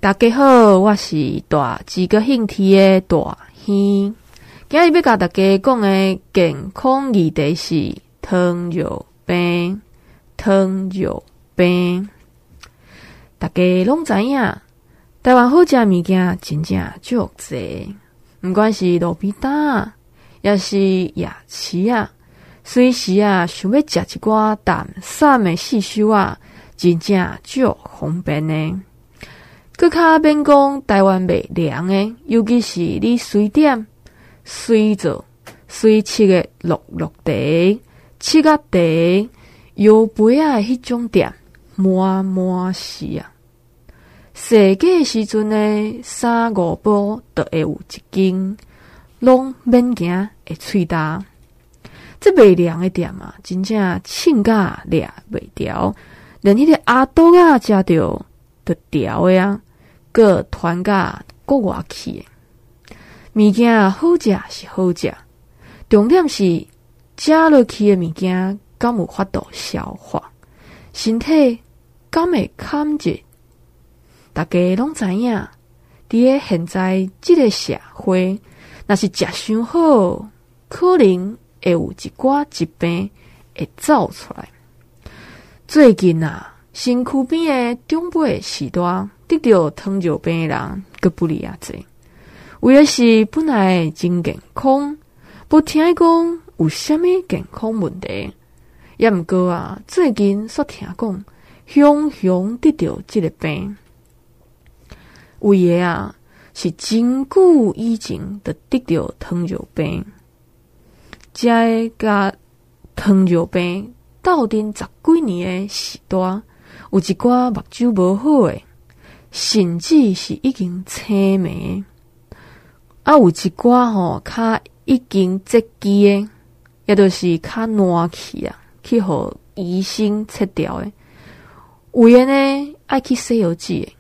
大家好，我是大几个兴趣的大兄。今日要甲大家讲的健康议题是糖尿病。糖尿病，大家拢知影，台湾好食物件真正足济，不管是路边摊，也是夜市啊，随时啊想要食一寡淡散的四手啊，真正足方便的。搁较免讲台湾卖凉的，尤其是你随点、随做、随切的落茶、切仔茶。摇杯啊，迄种店满满是啊！世界时阵呢，3-5步就会有一间，拢免行会喙焦。这卖凉的店啊，真正凊甲掠袂调，连迄个阿肚啊食着就调的啊，个团甲国外去的。物件好食是好食，重点是食落去的物件。敢有法度消化，身体敢会堪住？大家拢知影，伫个现在这个社会，若是食伤好，可能会有一寡疾病会走出来。最近啊，身躯边的长辈时代得到糖尿病的人，佫不离啊济。为的是本来真健康，不听讲有啥物健康问题。也毋过啊，最近所听讲，雄雄得到这个病，为的啊是真久以前就得到糖尿病，才甲糖尿病斗阵10几年的时代，有一寡目睭无好的，甚至是已经青眉，啊有一寡较已经折机的，也就是较烂去啊。去互医生切掉的，有的呢爱去西药剂的。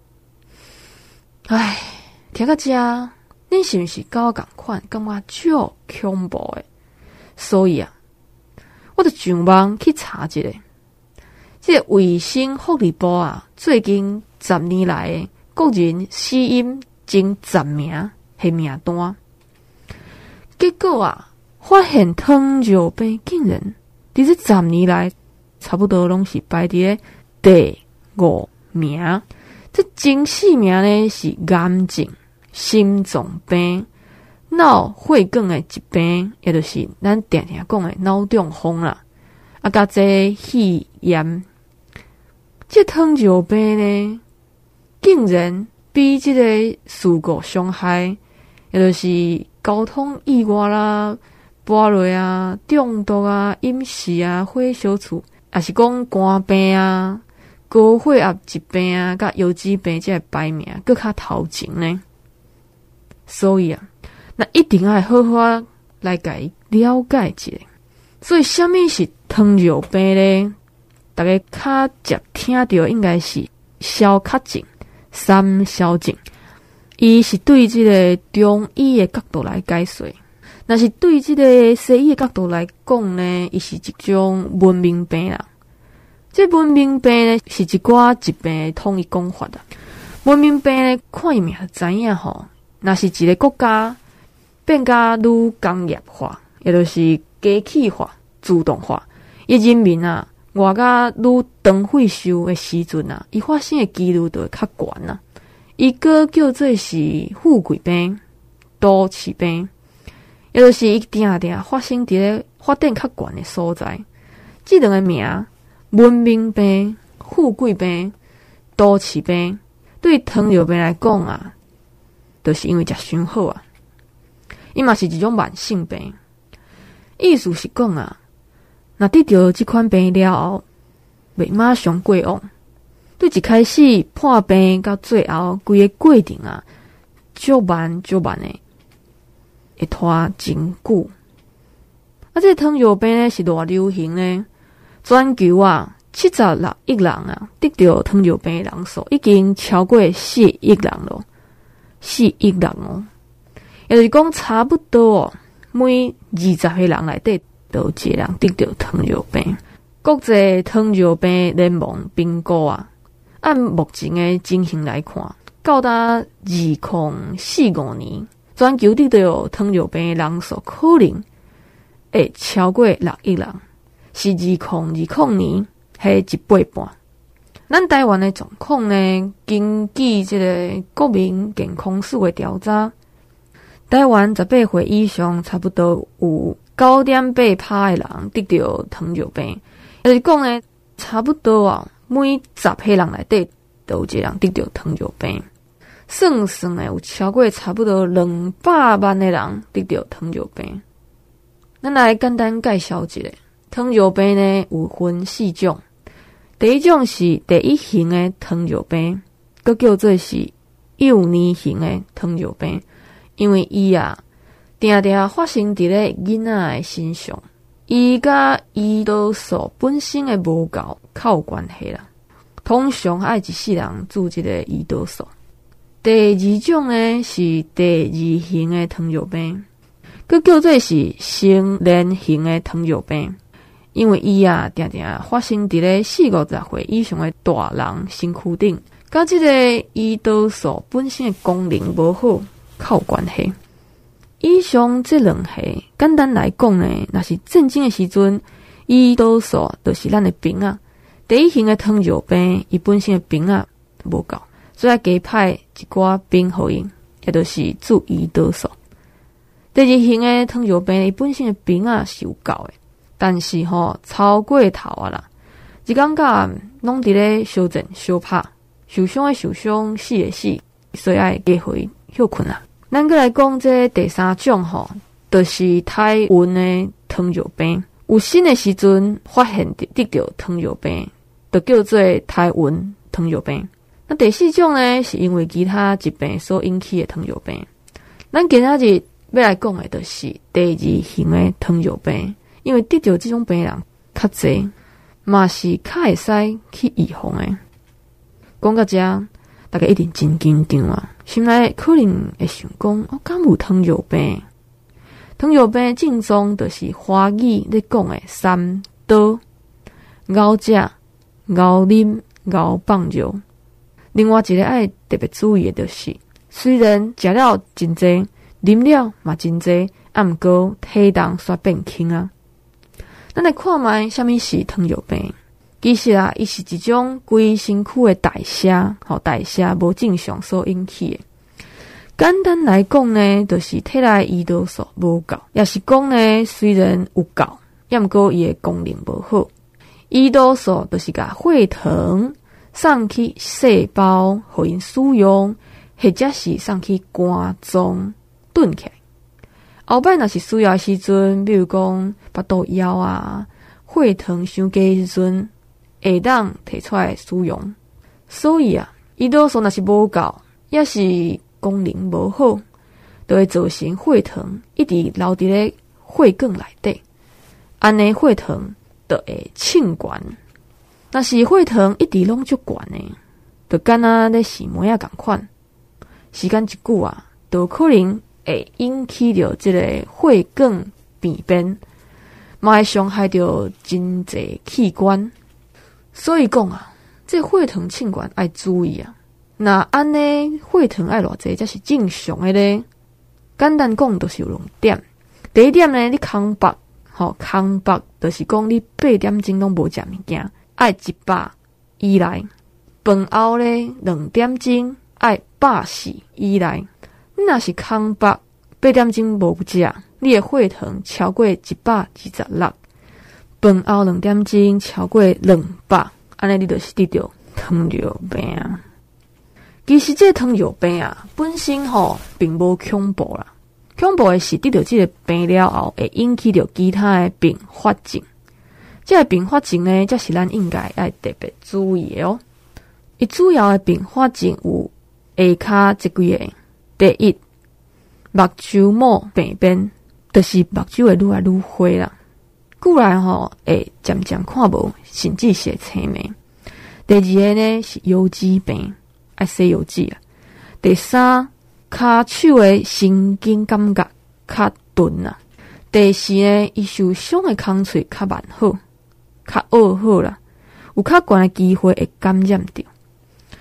唉，听到这，你是毋是跟我同款，感觉足恐怖的？所以啊，我就上网去查一下，这个卫生福利部啊，最近10年来的国人死因前10名的名单，结果啊，发现糖尿病竟然。伫这10年来，差不多拢是排伫第5名。这前4名呢是癌症、心脏病、脑血管的疾病，也就是咱常常讲的脑中风啦。啊，甲这肺炎，这糖尿病呢，竟然比这个事故伤害，也就是交通意外啦。跋落啊、中毒啊、饮食啊、火烧厝，也是讲肝病啊、高血压疾病啊、甲腰子病这个排名搁较头前呢。所以啊，那一定要好好来甲伊了解一下。所以，什么是糖尿病呢？大家较常听到应该是消卡症、三消症，伊是对这个中医的角度来解说。若是对这个西医的角度来讲呢，伊是一种文明病啦。这文明病呢，是一寡疾病的统一讲法啦。文明病呢，看伊名就知影吼，若是一个国家变甲愈工业化，也就是机器化、自动化，伊人民啊，活甲愈长岁数的时阵啊，伊发生的几率就会较悬啦。伊个叫做是富贵病、都市病。也就是一定定发生伫咧发展较悬的所在，这两个名，文明病、富贵病、都市病，对糖尿病来讲啊，就是因为食伤好啊，伊嘛是一种慢性病。意思是讲啊，若得到这款病了后，袂马上过往，对一开始破病到最后，规个过程啊，足慢足慢的。会拖真久，啊！这糖尿病呢是偌流行呢？全球啊，76亿人啊，得到糖尿病的人数已经超过4亿人了，4亿人哦。也就是讲，差不多每20个人内底都一个人得到糖尿病。国际糖尿病联盟评估啊，按目前的情形来看， 到达2045年，全球得到糖尿病的人数可能会超过6亿人，是2020年是1倍半。咱台湾的状况呢，根据这个国民健康署的调查，台湾18岁以上差不多有 9.8% 的人得到糖尿病，就是讲呢，差不多每10个人内底都有一个人得到糖尿病，算算呢有超过差不多200万的人得到糖尿病。咱来简单介绍一下，糖尿病呢有分4种。第一种是第1型的糖尿病，佮叫做是幼年型的糖尿病，因为伊定定发生伫咧囡仔的身上，伊甲胰岛素本身的无够有关系啦。通常爱一世人注一个胰岛素。第2种呢是第2型的糖尿病，佮叫做是成年型的糖尿病。因为伊定定发生伫咧40-50岁以上的大人身躯顶，甲即个胰岛素本身的功能无好有关系。以上这2项，简单来讲呢，若是正经的时阵，胰岛素就是咱的病第1型的糖尿病，伊本身的病无够，所以加派一寡病互因，也就是注胰岛素。第2型的糖尿病，伊本身的病是有够的。但是超过头啦，一感觉拢伫咧小震小拍，受伤的受伤，死的死，所以爱加回休困啦。咱再来讲这第3种就是胎温的糖尿病。有新的时阵发现得到糖尿病，就叫做胎温糖尿病。那第4种呢，是因为其他疾病所引起的糖尿病。咱今仔日要来讲的就是第2型的糖尿病。因为得到这种病人较侪，嘛是较会使去预防的。讲到这，大家一定真紧张心内可能会想讲，我敢有糖尿病？糖尿病的症状就是华语咧讲的3高：熬食、熬啉、熬放尿。另外一个爱特别注意的就是，虽然食了真侪，啉了嘛真侪，毋过体重煞变轻咱来看卖什么是糖尿病。其实伊是一种规身躯的代谢无正常所引起的。简单来讲呢，就是体内胰岛素无够，也是讲呢，虽然有够，也毋过伊的功能无好。胰岛素就是甲血糖送去细胞互因使用，或者是送去肝脏囤起来。后摆若是需要的时阵，比如讲腹肚枵血糖伤低的时阵，会当摕出来使用。所以胰岛素若是无够，也是功能无好，就会造成血糖一直留伫咧血管内底，安尼血糖就会升悬。若是血糖一直拢足悬的，就敢若咧洗梅共款，时间一久就可能会引起着这个血管病变，嘛会伤害着真侪器官。所以讲这血糖升悬要注意那安尼血糖爱偌济才是正常的咧？简单讲就是有2点。第1点呢，你空腹空腹就是讲你8点钟拢无食物件，爱100以内。饭后咧2点钟爱140以内。你若是空腹8点钟无食，你的血糖超过126，饭后2点钟超过200，安尼你就是得到糖尿病其实这糖尿病本身并无恐怖啦，恐怖的是得到这个病了后会引起着其他的并发症。这个并发症呢，才是咱应该要特别注意的伊主要的并发症有下骹这几个。第1，目睭膜病变，就是目睭会愈来愈灰啦，久来会渐渐看无，甚至是会青霉。第2个呢是腰肌病，爱洗腰肌第3，骹手的神经感觉较钝第4呢，伊受伤的空喙较慢好，较恶好啦，有较悬的机会会感染着。第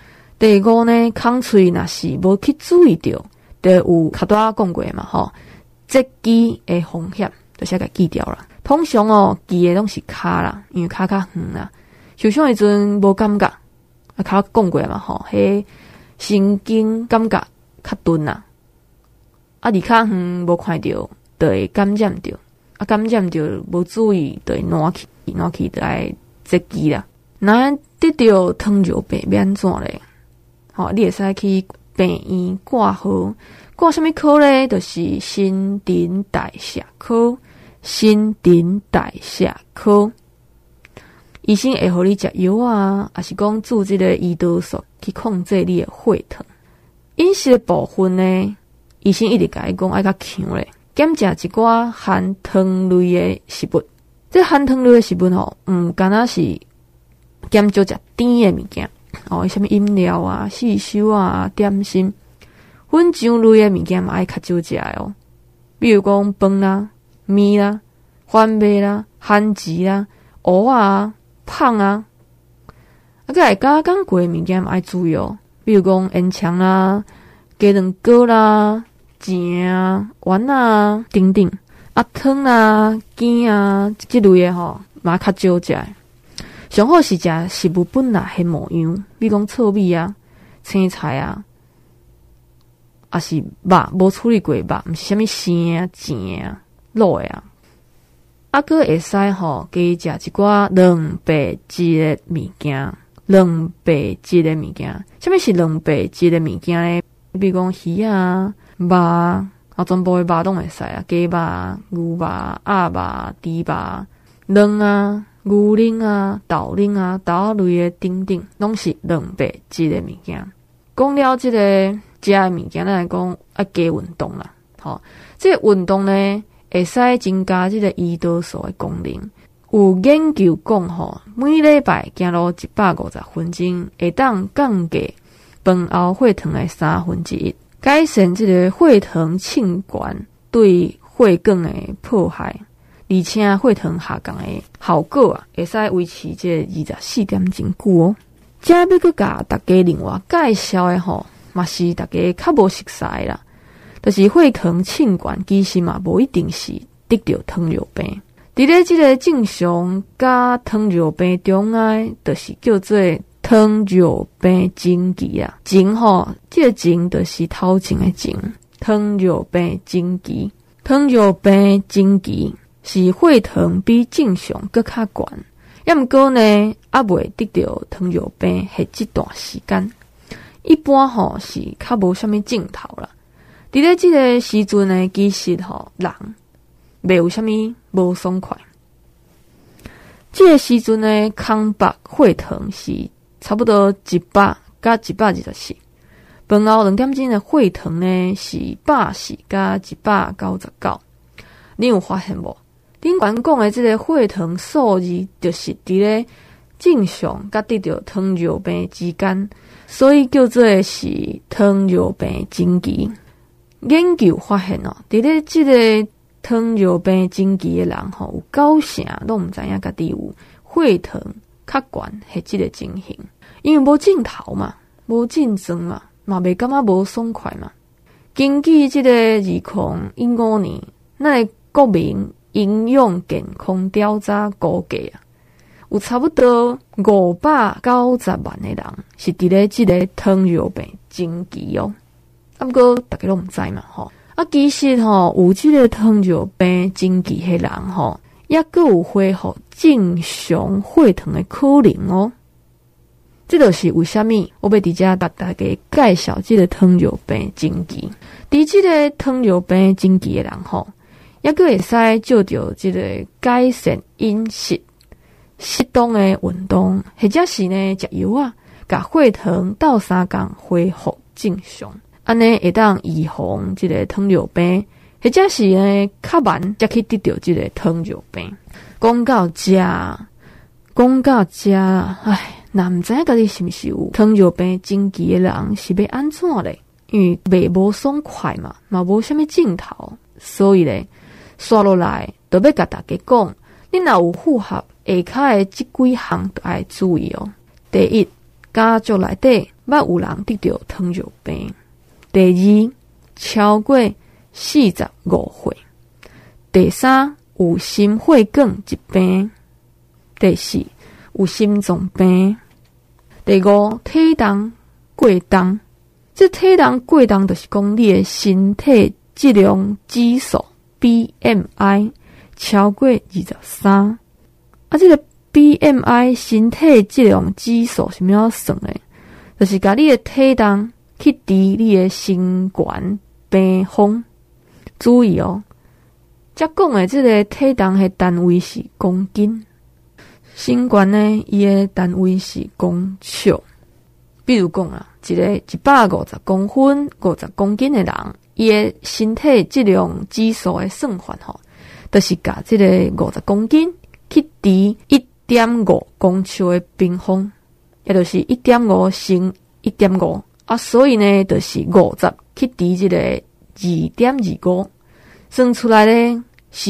第五呢，空喙若是无去注意到，就有较多讲过嘛吼，折机的风险，就是要记掉啦。通常哦，记的拢是骹啦，因为骹较远啦，受伤的时阵无感觉，较讲过嘛吼，迄神经感觉较钝啦，离较远无看到，就会感染着，感染着无注意，就会烂去就爱折机啦。若得到糖尿病要安怎咧？你会使去病院挂号，挂什么科咧？就是新陈代谢科。新陈代谢科医生会互你食药啊，还是讲注这个胰岛素去控制你的血糖。饮食的部分呢，医生一直甲你讲爱较强咧，减食一寡含糖类的食物。这含糖类的食物敢若是减少食甜的物件什么饮料啊、四修啊、点心、粉浆类的物件嘛，爱较少食的比如讲饭啦、面啦、番麦啦、番薯啦、蚵啊、胖啊，再来加工过的物件嘛爱注意比如讲烟肠啦、鸡蛋糕啦、钱啊、丸啊等等汤啦、羹啊这类的嘛较少食。上好是食食物本来的模样，比如讲糙米啊、青菜啊，还是肉无处理过肉，毋是啥物生啊、甜啊、卤的啊。佫会使加食一寡蛋白质的物件。蛋白质的物件，啥物是蛋白质的物件咧？比如讲鱼啊、肉啊，全部的肉拢会使啊，鸡肉、牛肉、鸭肉、猪肉、卵啊。牛奶啊、豆奶啊、豆类的等等，拢是蛋白质的物件。讲了这个食的物件，咱来讲要加运动啦。这个运动呢，会使增加这个胰岛素的功能。有研究讲每礼拜走路150分钟，会当降低饭后血糖的1/3，改善这个血糖罄管对血管的破坏。而且血糖下降的效果会使维持这24点真久这要佮甲大家另外介绍的嘛是大家较无熟悉啦，就是血糖罄管其实嘛无一定是得到糖尿病。伫咧这个正常甲糖尿病中间，就是叫做糖尿病前期啊。前这个前就是头前的前，糖尿病前期，糖尿病前期。是血糖比正常更较悬，也毋过呢，还未得到糖尿病迄这段时间，一般是较无啥物镜头啦。伫咧这个时阵呢，其实人袂有啥物无爽快。这个时阵呢，空白血糖是差不多100加124，饭后2点钟的血糖呢是80加199。你有发现无？顶悬讲的这个血糖数字，就是伫咧正常甲得到糖尿病之间，所以叫做是糖尿病前期。研究发现伫咧这个糖尿病前期的人有90%拢毋知影家己有血糖较悬迄这个情形，因为无镜头嘛，无竞争嘛，嘛袂感觉无爽快嘛。根据这个2015年，咱的国民营养健康调查估计有差不多590万的人是伫咧这个糖尿病前期不过大家都唔知嘛其实有这个糖尿病前期的人也佫有恢复正常血糖的可能这就是为什么我要伫这甲大家介绍这个糖尿病前期。伫这个糖尿病前期的人也佫会使照着这个改善饮食、适当的运动，或者是呢食药甲血糖斗3天恢复正常，安尼会当预防这个糖尿病，或者是呢较慢才去得到这个糖尿病。讲到这，那毋知影家己是毋是有糖尿病前期的人是要安怎咧？因为袂无爽快嘛无啥物镜头，所以咧。刷落来，就要甲大家讲，你若有符合下骹的这几项，都要注意第一， 家族内底捌有人得到糖尿病。第二，超过45岁。第三，有心血管疾病。第四，有心脏病。第五，体重过重。这体重过重就是讲你的身体质量指数 BMI 超过23。这个 BMI 身体质量指数是怎么算的？就是把你的体重去除你的身高平方。注意哦，才讲的这个体重的单位是公斤，身高呢，伊的单位是公尺。比如讲啊，一个150公分、50公斤的人，伊的身体质量指数的算法吼，就是把这个50公斤去除 1.5 公尺的平方，也就是 1.5 乘 1.5 啊，所以呢，就是50去除这个 2.25， 算出来呢是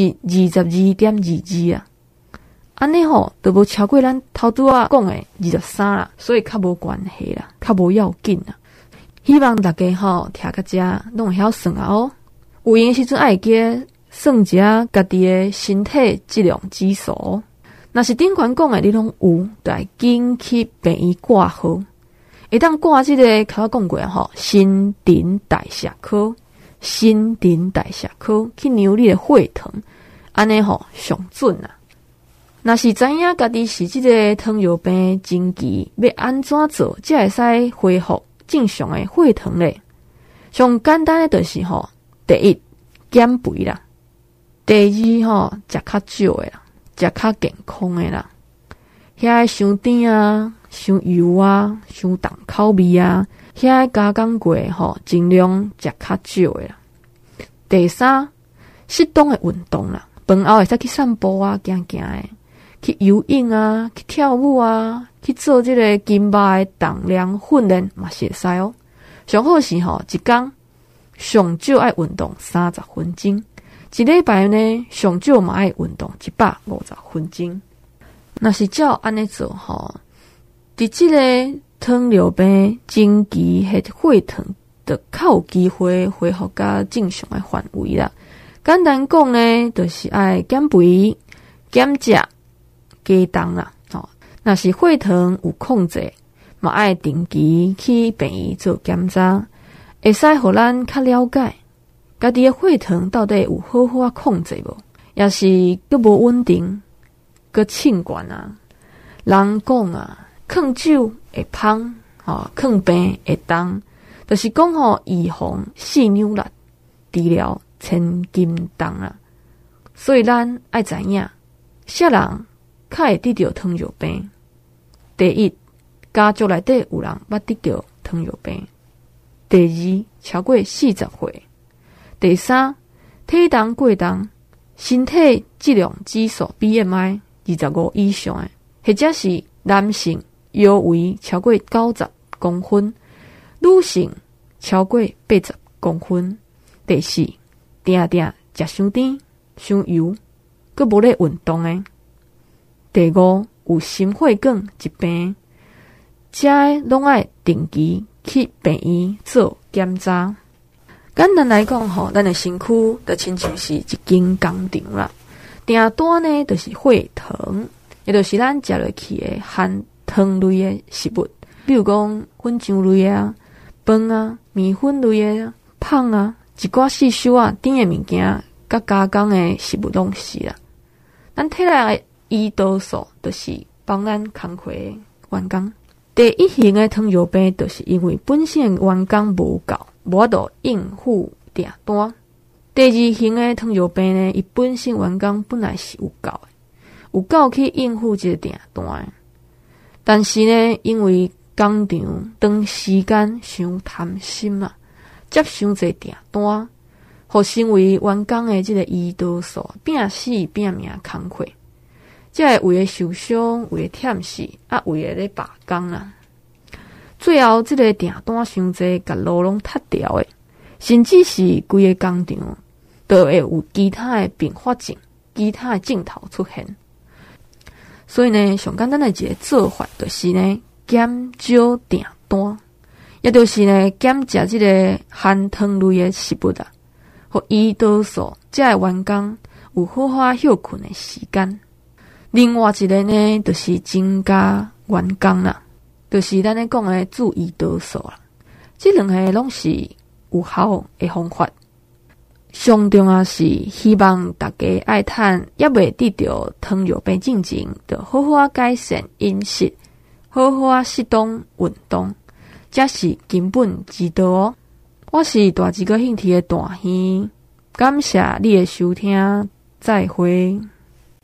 22.22 啊。安尼吼，都无超过咱头拄仔讲的23啦，所以较无关系啦，较无要紧啦。希望大家吼听到这拢会晓算啊哦。有闲时阵爱记算一下家己的身体质量指数。若是顶悬讲的你拢有，就要紧去病院挂号。会当挂这个，头仔讲过吼，新陈代谢科，新陈代谢科去量你的血糖，安尼吼上准啊。若是知影家己是这个糖尿病前期，要安怎做才会使恢复正常的血糖咧？上简单的就是吼，第一减肥啦，第二吼食较少的啦，食较健康的啦，遐伤甜啊、伤油啊、伤重口味啊，遐加工过吼，尽量食较少的啦。第三，适当的运动啦，饭后会使去散步啊，行行的。去游泳啊，去跳舞啊，去做这个筋肉的重量训练嘛是会使哦。上好是吼，一天上少爱运动30分钟，一礼拜呢上少嘛爱运动150分钟。若是照安尼做吼，伫这个糖尿病前期的血糖就较有机会恢复到正常的范围啦。简单讲呢，就是爱减肥、减食。加重啦，若是血糖有控制，嘛爱定期去病院做检查，会使互咱较了解家己的血糖到底有好好控制无，也是佫无稳定，佫称悬啊。人讲啊，抗酒会芳，抗病会重，就是讲吼预防四扭力，治疗千金重啊。所以咱爱知影，啥人较会得到糖尿病。第一，家族内底有人捌得到糖尿病。第二，超过40岁。第三，体重过重，身体质量指数 BMI 25以上的，或者是男性腰围超过90公分，女性超过80公分。第四，定定食伤甜、伤油，佫无咧运动的。第五，有心血管疾病，这拢爱定期去病院做检查。简单来讲吼，咱的身躯就亲像是一间工厂啦。订单呢，就是血糖，也就是咱食落去的含糖类的食物，比如讲粉浆类啊、饭啊、面粉类的胖啊、一寡细小啊、甜的物件，甲加工的食物拢是啦。咱体内的胰岛素就是帮咱工课的员工。第一型的糖尿病，就是因为本身的员工无够，无法度应付订单。第二型的糖尿病呢，伊本身员工本来是有够的，有够去应付这个订单，但是呢，因为工厂长时间伤贪心嘛，接伤侪订单，互身为员工的这个胰岛素拼死拼命工课。才会为了受伤，为了忝死，为了咧罢工啦。最后，这个订单伤济，甲路拢塌掉诶，甚至是规个工厂都会有其他的并发症、其他的症头出现。所以呢，上简单的一个做法就是呢， 减少订单，也就是呢减食即个含糖类的食物啊，互胰岛素才会员工有好好休困的时间。另外一个呢，就是增加员工啦，就是咱咧讲的注胰岛素啦。这两个拢是有效的方法。上重要是希望大家爱趁也未得到糖尿病进前，就好好改善饮食，好好适当运动，这是根本之道哦。我是大一个兴趣的大兄，感谢你的收听，再会。